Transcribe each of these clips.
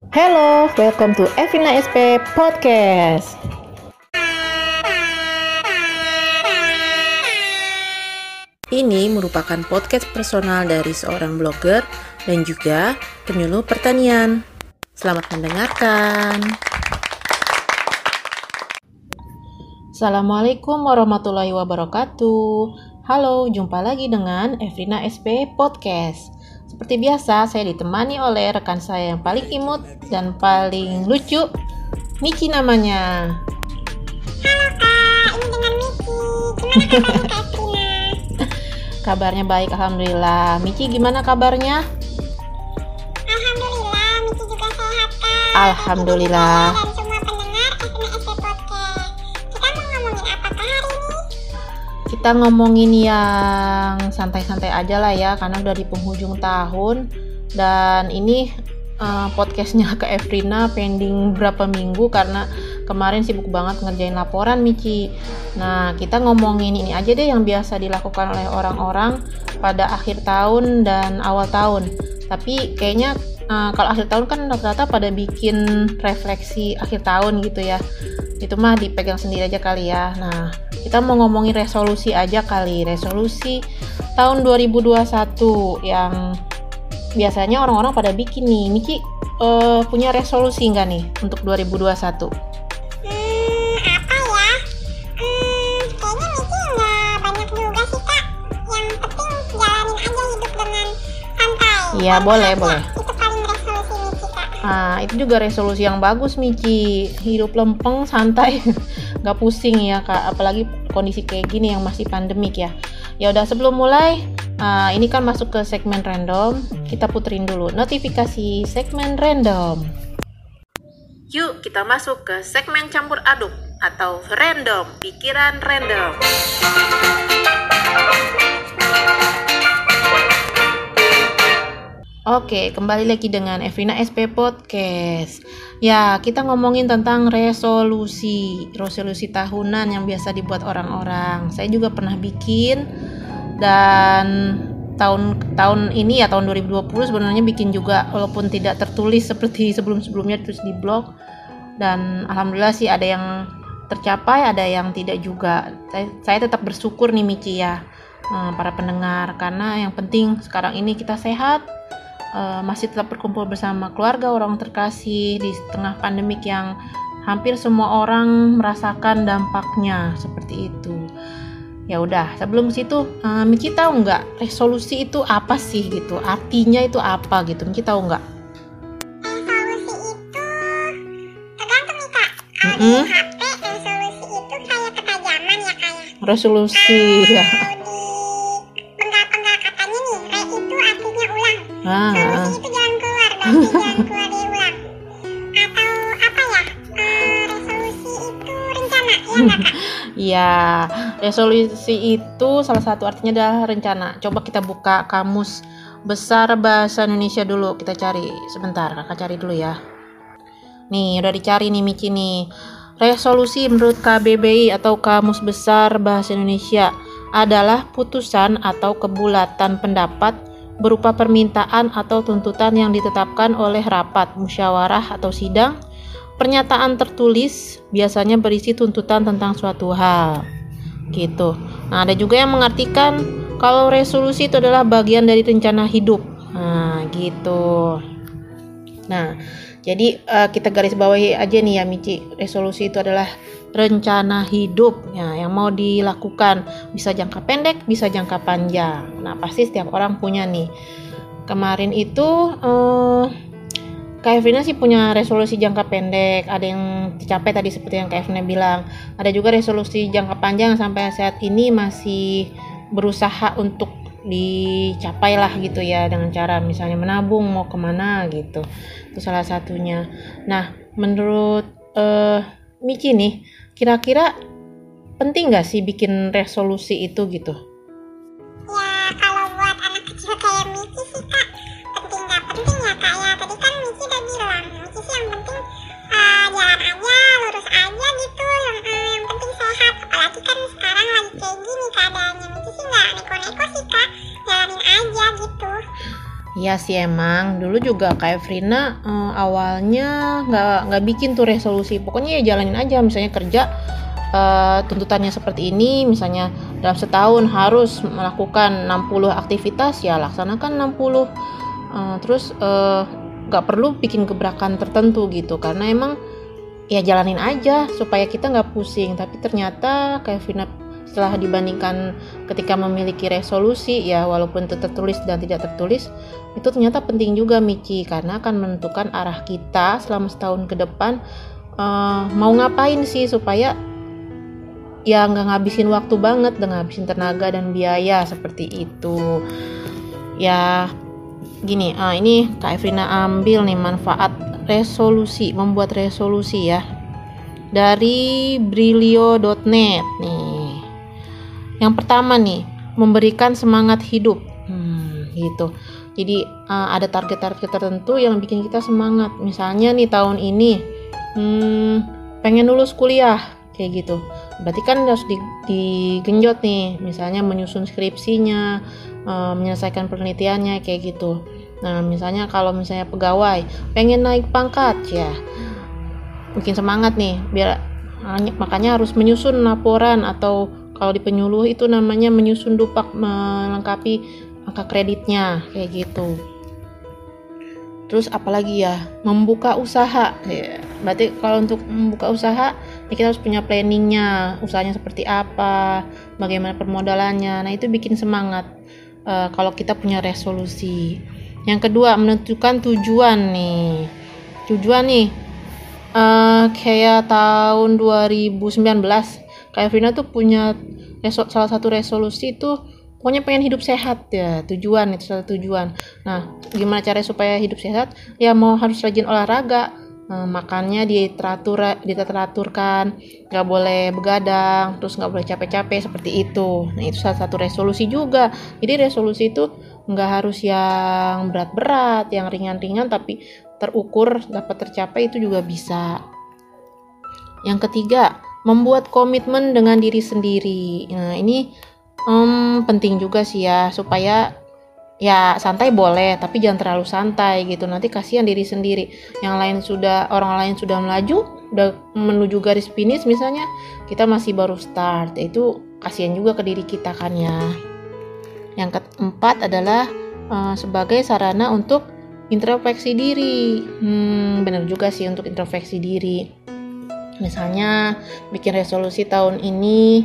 Hello, welcome to Evina SP Podcast. Ini merupakan podcast personal dari seorang blogger dan juga penyuluh pertanian. Selamat mendengarkan. Assalamualaikum warahmatullahi wabarakatuh. Halo, jumpa lagi dengan Evina SP Podcast. Seperti biasa, saya ditemani oleh rekan saya yang paling imut dan paling lucu, Michi namanya. Halo Kak, ini dengan Michi. Gimana kabarnya Kak Evina? Kabarnya baik, alhamdulillah. Michi gimana kabarnya? Alhamdulillah, Michi juga sehat Kak. Alhamdulillah. Dan semua pendengar Evina SP Podcast. Kita mau ngomongin apa Kak hari ini? Kita ngomongin yang santai-santai aja lah ya, karena udah di penghujung tahun. Dan ini podcastnya ke Evrina pending berapa minggu karena kemarin sibuk banget ngerjain laporan Michi. Nah, kita ngomongin ini aja deh yang biasa dilakukan oleh orang-orang pada akhir tahun dan awal tahun. Tapi kayaknya kalau akhir tahun kan rata-rata pada bikin refleksi akhir tahun gitu ya. Itu mah dipegang sendiri aja kali ya. Nah, kita mau ngomongin resolusi aja kali. Resolusi tahun 2021 yang biasanya orang-orang pada bikin nih. Miki punya resolusi nggak nih untuk 2021? Apa ya? Kayaknya Michi nggak banyak juga sih Kak. Yang penting jalanin aja hidup dengan santai. Iya, boleh. Itu paling resolusi Michi Kak. Nah, itu juga resolusi yang bagus Michi. Hidup lempeng, santai, nggak pusing ya Kak. Apalagi kondisi kayak gini yang masih pandemik ya. Ya udah, sebelum mulai, ini kan masuk ke segmen random. Kita puterin dulu notifikasi segmen random. Yuk kita masuk ke segmen campur aduk atau random, pikiran random. Oke, kembali lagi dengan Evrina SP Podcast. Ya, kita ngomongin tentang resolusi tahunan yang biasa dibuat orang-orang. Saya juga pernah bikin, dan tahun ini ya, tahun 2020 sebenarnya bikin juga, walaupun tidak tertulis seperti sebelum-sebelumnya terus di blog. Dan alhamdulillah sih ada yang tercapai, ada yang tidak juga. Saya tetap bersyukur nih Michi ya, para pendengar, karena yang penting sekarang ini kita sehat, masih tetap berkumpul bersama keluarga, orang terkasih di tengah pandemik yang hampir semua orang merasakan dampaknya seperti itu. Ya udah, sebelum situ, Michi tahu nggak resolusi itu apa sih gitu? Artinya itu apa gitu? Michi tahu nggak? Resolusi itu tergantung nih Kak. Kalau di HP resolusi itu kayak ketajaman ya Kak ya. Resolusi ya. Kalau di penggal-penggal katanya nih, itu artinya ulang. Ah, Solusi itu jalan keluar, berarti jalan keluar diulang. Atau apa ya? Resolusi itu rencana, ya nggak Kak? Iya, resolusi itu salah satu artinya adalah rencana. Coba kita buka Kamus Besar Bahasa Indonesia dulu, kita cari sebentar. Kakak cari dulu ya. Nih, udah dicari nih Michi nih. Resolusi menurut KBBI atau Kamus Besar Bahasa Indonesia adalah putusan atau kebulatan pendapat berupa permintaan atau tuntutan yang ditetapkan oleh rapat, musyawarah atau sidang. Pernyataan tertulis biasanya berisi tuntutan tentang suatu hal. Gitu. Nah, ada juga yang mengartikan kalau resolusi itu adalah bagian dari rencana hidup. Nah, gitu. Nah, jadi kita garis bawahi aja nih ya Michi. Resolusi itu adalah rencana hidup ya, yang mau dilakukan, bisa jangka pendek, bisa jangka panjang. Nah, pasti setiap orang punya nih. Kemarin itu Kak Evrina sih punya resolusi jangka pendek, ada yang tercapai tadi seperti yang Kak Evrina bilang. Ada juga resolusi jangka panjang sampai saat ini masih berusaha untuk dicapai lah gitu ya, dengan cara misalnya menabung mau kemana gitu. Itu salah satunya. Nah, menurut Michi nih, kira-kira penting gak sih bikin resolusi itu gitu? Ya kalau buat anak kecil kayak Michi sih Kak, penting nggak penting ya Kak ya. Tadi kan Michi udah bilang, Michi sih yang penting jalan aja, lurus aja gitu. Yang penting sehat. Apalagi kan sekarang lagi kayak gini keadaannya. Michi sih nggak neko-neko sih Kak, jalanin aja gitu. Iya sih emang. Dulu juga kayak Frina awalnya nggak bikin tuh resolusi. Pokoknya ya jalanin aja. Misalnya kerja tuntutannya seperti ini, misalnya dalam setahun harus melakukan 60 aktivitas, ya laksanakan 60. Terus nggak perlu bikin gebrakan tertentu gitu, karena emang ya jalanin aja supaya kita nggak pusing. Tapi ternyata kayak Frina setelah dibandingkan ketika memiliki resolusi, ya walaupun itu tertulis dan tidak tertulis, itu ternyata penting juga Michi, karena akan menentukan arah kita selama setahun ke depan mau ngapain sih, supaya ya nggak ngabisin waktu banget dan ngabisin tenaga dan biaya seperti itu. Ya gini, ini Kak Evrina ambil nih manfaat resolusi, membuat resolusi ya, dari brilio.net nih. Yang pertama nih, memberikan semangat hidup. Gitu. Jadi ada target-target tertentu yang bikin kita semangat. Misalnya nih tahun ini pengen lulus kuliah kayak gitu. Berarti kan harus digenjot nih, misalnya menyusun skripsinya, menyelesaikan penelitiannya kayak gitu. Nah, misalnya kalau misalnya pegawai pengen naik pangkat, ya bikin semangat nih, makanya harus menyusun laporan, atau kalau di penyuluh itu namanya menyusun dupak melengkapi angka kreditnya kayak gitu. Terus apalagi ya, membuka usaha ya. Berarti kalau untuk membuka usaha ya kita harus punya planningnya, usahanya seperti apa, bagaimana permodalannya. Nah itu bikin semangat kalau kita punya resolusi. Yang kedua, menentukan tujuan nih. Tujuan nih kayak tahun 2019 kayak Frina tuh punya salah satu resolusi itu pokoknya pengen hidup sehat ya, tujuan itu salah tujuan. Nah, gimana caranya supaya hidup sehat? Ya mau harus rajin olahraga, makannya diteraturkan, nggak boleh begadang, terus nggak boleh capek-capek seperti itu. Nah itu salah satu resolusi juga. Jadi resolusi itu nggak harus yang berat-berat, yang ringan-ringan, tapi terukur dapat tercapai itu juga bisa. Yang ketiga, membuat komitmen dengan diri sendiri. Nah ini penting juga sih ya, supaya ya santai boleh tapi jangan terlalu santai gitu, nanti kasihan diri sendiri. Orang lain sudah melaju, udah menuju garis finish misalnya, kita masih baru start, itu kasihan juga ke diri kita kan ya. Yang keempat adalah sebagai sarana untuk introspeksi diri. Benar juga sih untuk introspeksi diri. Misalnya bikin resolusi tahun ini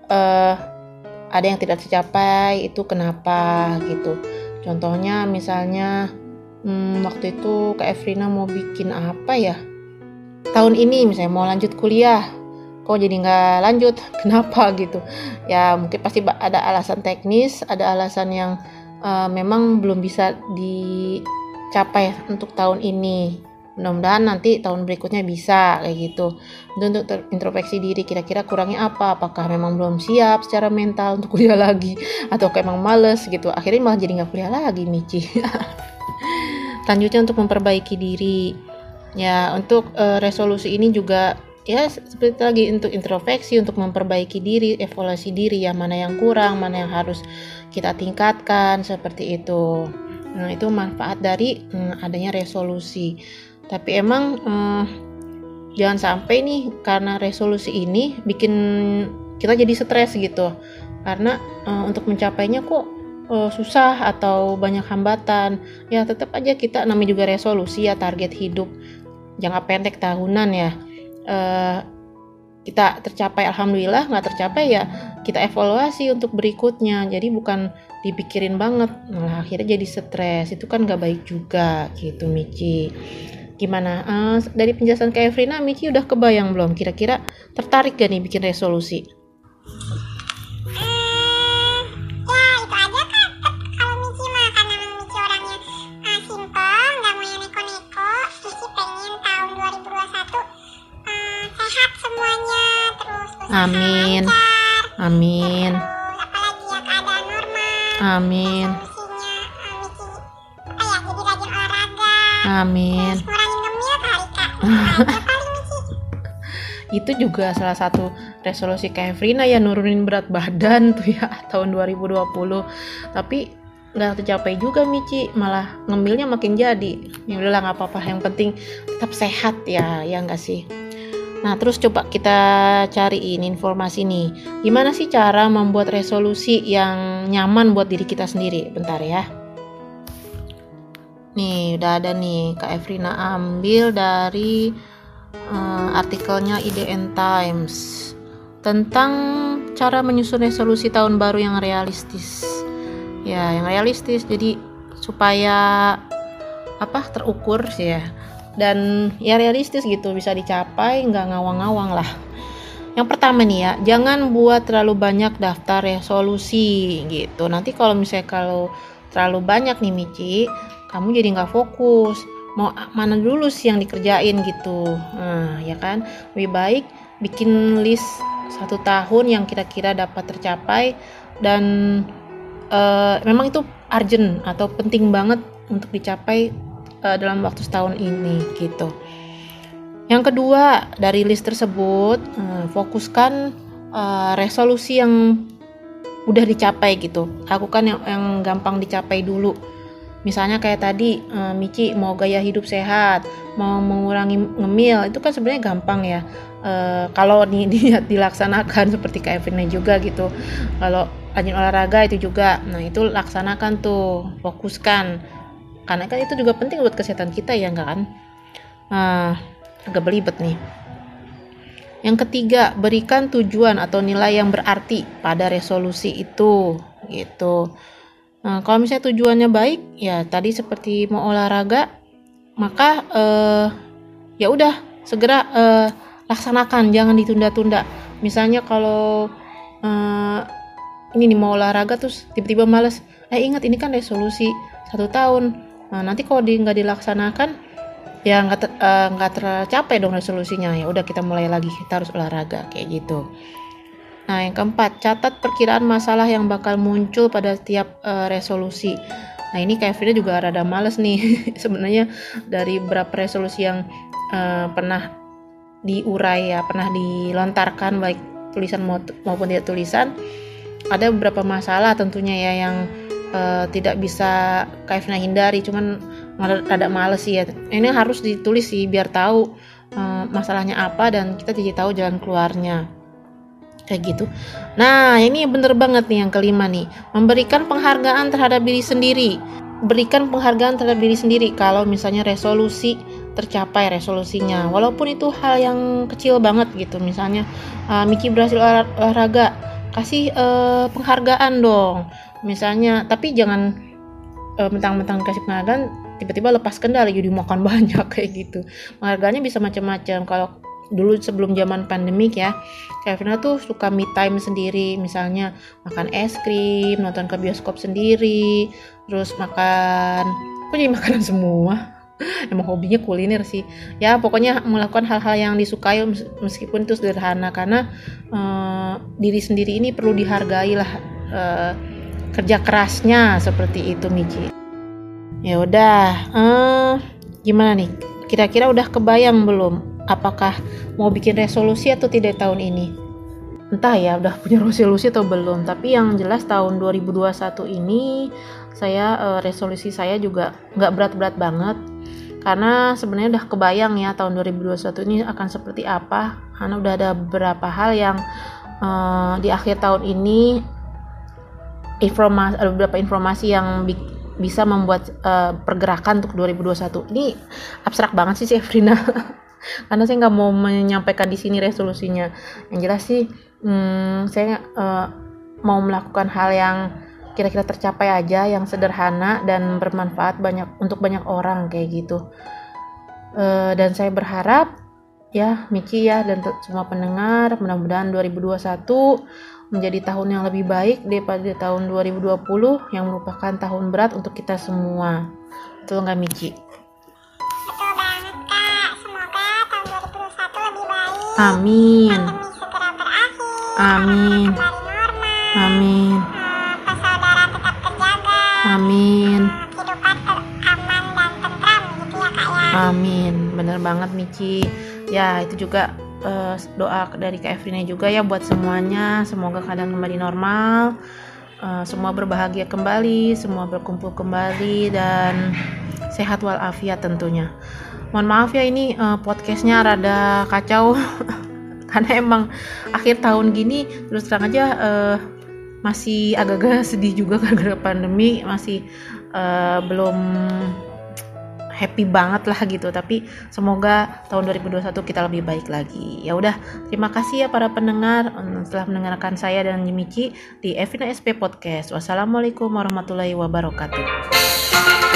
ada yang tidak tercapai, itu kenapa gitu. Contohnya misalnya waktu itu Kak Evrina mau bikin apa ya, tahun ini misalnya mau lanjut kuliah, kok jadi nggak lanjut, kenapa gitu ya. Mungkin pasti ada alasan teknis, ada alasan yang memang belum bisa dicapai untuk tahun ini. Mudah-mudahan nanti tahun berikutnya bisa kayak gitu. Untuk introspeksi diri, kira-kira kurangnya apa, apakah memang belum siap secara mental untuk kuliah lagi, atau kayak emang males gitu, akhirnya malah jadi nggak kuliah lagi Michi. Selanjutnya untuk memperbaiki diri ya. Untuk resolusi ini juga ya seperti lagi untuk introspeksi, untuk memperbaiki diri, evaluasi diri ya, mana yang kurang, mana yang harus kita tingkatkan seperti itu. Nah itu manfaat dari adanya resolusi. Tapi emang jangan sampai nih karena resolusi ini bikin kita jadi stres gitu, karena untuk mencapainya kok susah atau banyak hambatan. Ya tetap aja kita, namanya juga resolusi ya, target hidup jangka pendek tahunan ya. Kita tercapai alhamdulillah, nggak tercapai ya kita evaluasi untuk berikutnya. Jadi bukan dipikirin banget, malah akhirnya jadi stres. Itu kan nggak baik juga gitu Michi. Gimana? Dari penjelasan Kak Evrina, Michi udah kebayang belum? Kira-kira tertarik gak nih bikin resolusi? Ya itu aja Kak. Kalau Michi mah karena Michi orangnya simple, nggak mau yang neko-neko. Michi pengen tahun 2021 sehat semuanya, terus Amin. lancar, Amin. terus apalagi ya keadaan normal. Amin. Resolusinya Michi jadi rajin olahraga. Amin. Terus ngurangin ngemil kali Kak. Itu aja paling Michi. Itu juga salah satu resolusi Kak Evrina ya, nurunin berat badan tuh ya tahun 2020. Tapi nggak tercapai juga Mici, malah ngemilnya makin jadi. Ya udahlah nggak apa-apa, yang penting tetap sehat ya nggak sih. Nah terus coba kita cariin informasi nih, gimana sih cara membuat resolusi yang nyaman buat diri kita sendiri. Bentar ya. Nih udah ada nih Kak Efrina ambil dari artikelnya IDN Times tentang cara menyusun resolusi tahun baru yang realistis. Ya, yang realistis jadi supaya terukur sih ya. Dan ya realistis gitu, bisa dicapai, nggak ngawang-ngawang lah. Yang pertama nih ya, jangan buat terlalu banyak daftar resolusi gitu. Nanti kalau terlalu banyak nih Mici, kamu jadi nggak fokus. Mau mana dulu sih yang dikerjain gitu. Nah, ya kan? Lebih baik bikin list 1 tahun yang kira-kira dapat tercapai dan memang itu urgent atau penting banget untuk dicapai dalam waktu setahun ini gitu. Yang kedua, dari list tersebut fokuskan resolusi yang udah dicapai gitu. Lakukan yang gampang dicapai dulu. Misalnya kayak tadi Mici mau gaya hidup sehat, mau mengurangi ngemil, itu kan sebenarnya gampang ya. Kalau dilaksanakan seperti kayak Efrina juga gitu. Kalau rajin olahraga itu juga, nah itu laksanakan tuh, fokuskan, karena kan itu juga penting buat kesehatan kita ya enggak kan. Agak belibet nih. Yang ketiga, berikan tujuan atau nilai yang berarti pada resolusi itu gitu. Nah, kalau misalnya tujuannya baik ya tadi seperti mau olahraga, maka ya udah segera laksanakan, jangan ditunda-tunda. Misalnya kalau ini nih mau olahraga terus tiba-tiba males, ingat ini kan resolusi 1 tahun. Nah, nanti kalau nggak dilaksanakan ya nggak tercapai dong resolusinya. Ya udah kita mulai lagi, kita harus olahraga kayak gitu. Nah yang keempat, catat perkiraan masalah yang bakal muncul pada setiap resolusi. Nah ini kayak Frida juga rada males nih sebenarnya dari beberapa resolusi yang pernah diurai ya, pernah dilontarkan baik tulisan maupun tidak tulisan. Ada beberapa masalah tentunya ya yang tidak bisa Kak Efrina hindari, cuman rada males sih ya. Ini harus ditulis sih biar tahu masalahnya apa dan kita jadi tahu jalan keluarnya kayak gitu. Nah ini bener banget nih yang kelima nih, memberikan penghargaan terhadap diri sendiri. Berikan penghargaan terhadap diri sendiri kalau misalnya resolusi tercapai resolusinya, walaupun itu hal yang kecil banget gitu. Misalnya Mici berhasil olahraga, kasih penghargaan dong misalnya, tapi jangan mentang-mentang kasih penghargaan tiba-tiba lepas kendali jadi makan banyak kayak gitu. Penghargaannya bisa macam-macam. Kalau dulu sebelum zaman pandemik ya, Kak Efrina tuh suka me time sendiri, misalnya makan es krim, nonton ke bioskop sendiri, terus makan, kok jadi makanan semua. Emang hobinya kuliner sih ya, pokoknya melakukan hal-hal yang disukai meskipun itu sederhana, karena diri sendiri ini perlu dihargai lah, kerja kerasnya seperti itu Mici. Ya udah, gimana nih, kira-kira udah kebayang belum apakah mau bikin resolusi atau tidak tahun ini? Entah ya udah punya resolusi atau belum, tapi yang jelas tahun 2021 ini resolusi saya juga nggak berat-berat banget, karena sebenarnya udah kebayang ya tahun 2021 ini akan seperti apa, karena udah ada beberapa hal yang di akhir tahun ini ada beberapa informasi yang bisa membuat pergerakan untuk 2021. Ini abstrak banget sih Efrina karena saya nggak mau menyampaikan di sini resolusinya. Yang jelas sih saya mau melakukan hal yang kira-kira tercapai aja, yang sederhana dan bermanfaat untuk banyak orang kayak gitu. Dan saya berharap ya Mici ya dan semua pendengar, mudah-mudahan 2021 menjadi tahun yang lebih baik daripada tahun 2020 yang merupakan tahun berat untuk kita semua. Betul nggak Mici? Betul banget Kak, semoga tahun 2021 lebih baik. Amin. Pandemi segera berakhir. Amin. Kembali normal. Amin. Saudara tetap terjaga. Amin. Kehidupan aman dan tentram gitu ya Kak ya. Amin. Bener banget Mici. Ya itu juga doa dari Kak Efrina juga ya buat semuanya, semoga keadaan kembali normal semua berbahagia kembali, semua berkumpul kembali dan sehat walafiat tentunya. Mohon maaf ya ini podcastnya rada kacau karena emang akhir tahun gini terus terang aja masih agak-agak sedih juga gara-gara pandemi, masih belum happy banget lah gitu, tapi semoga tahun 2021 kita lebih baik lagi. Ya udah, terima kasih ya para pendengar telah mendengarkan saya dan Michi di Evina SP Podcast. Wassalamualaikum warahmatullahi wabarakatuh.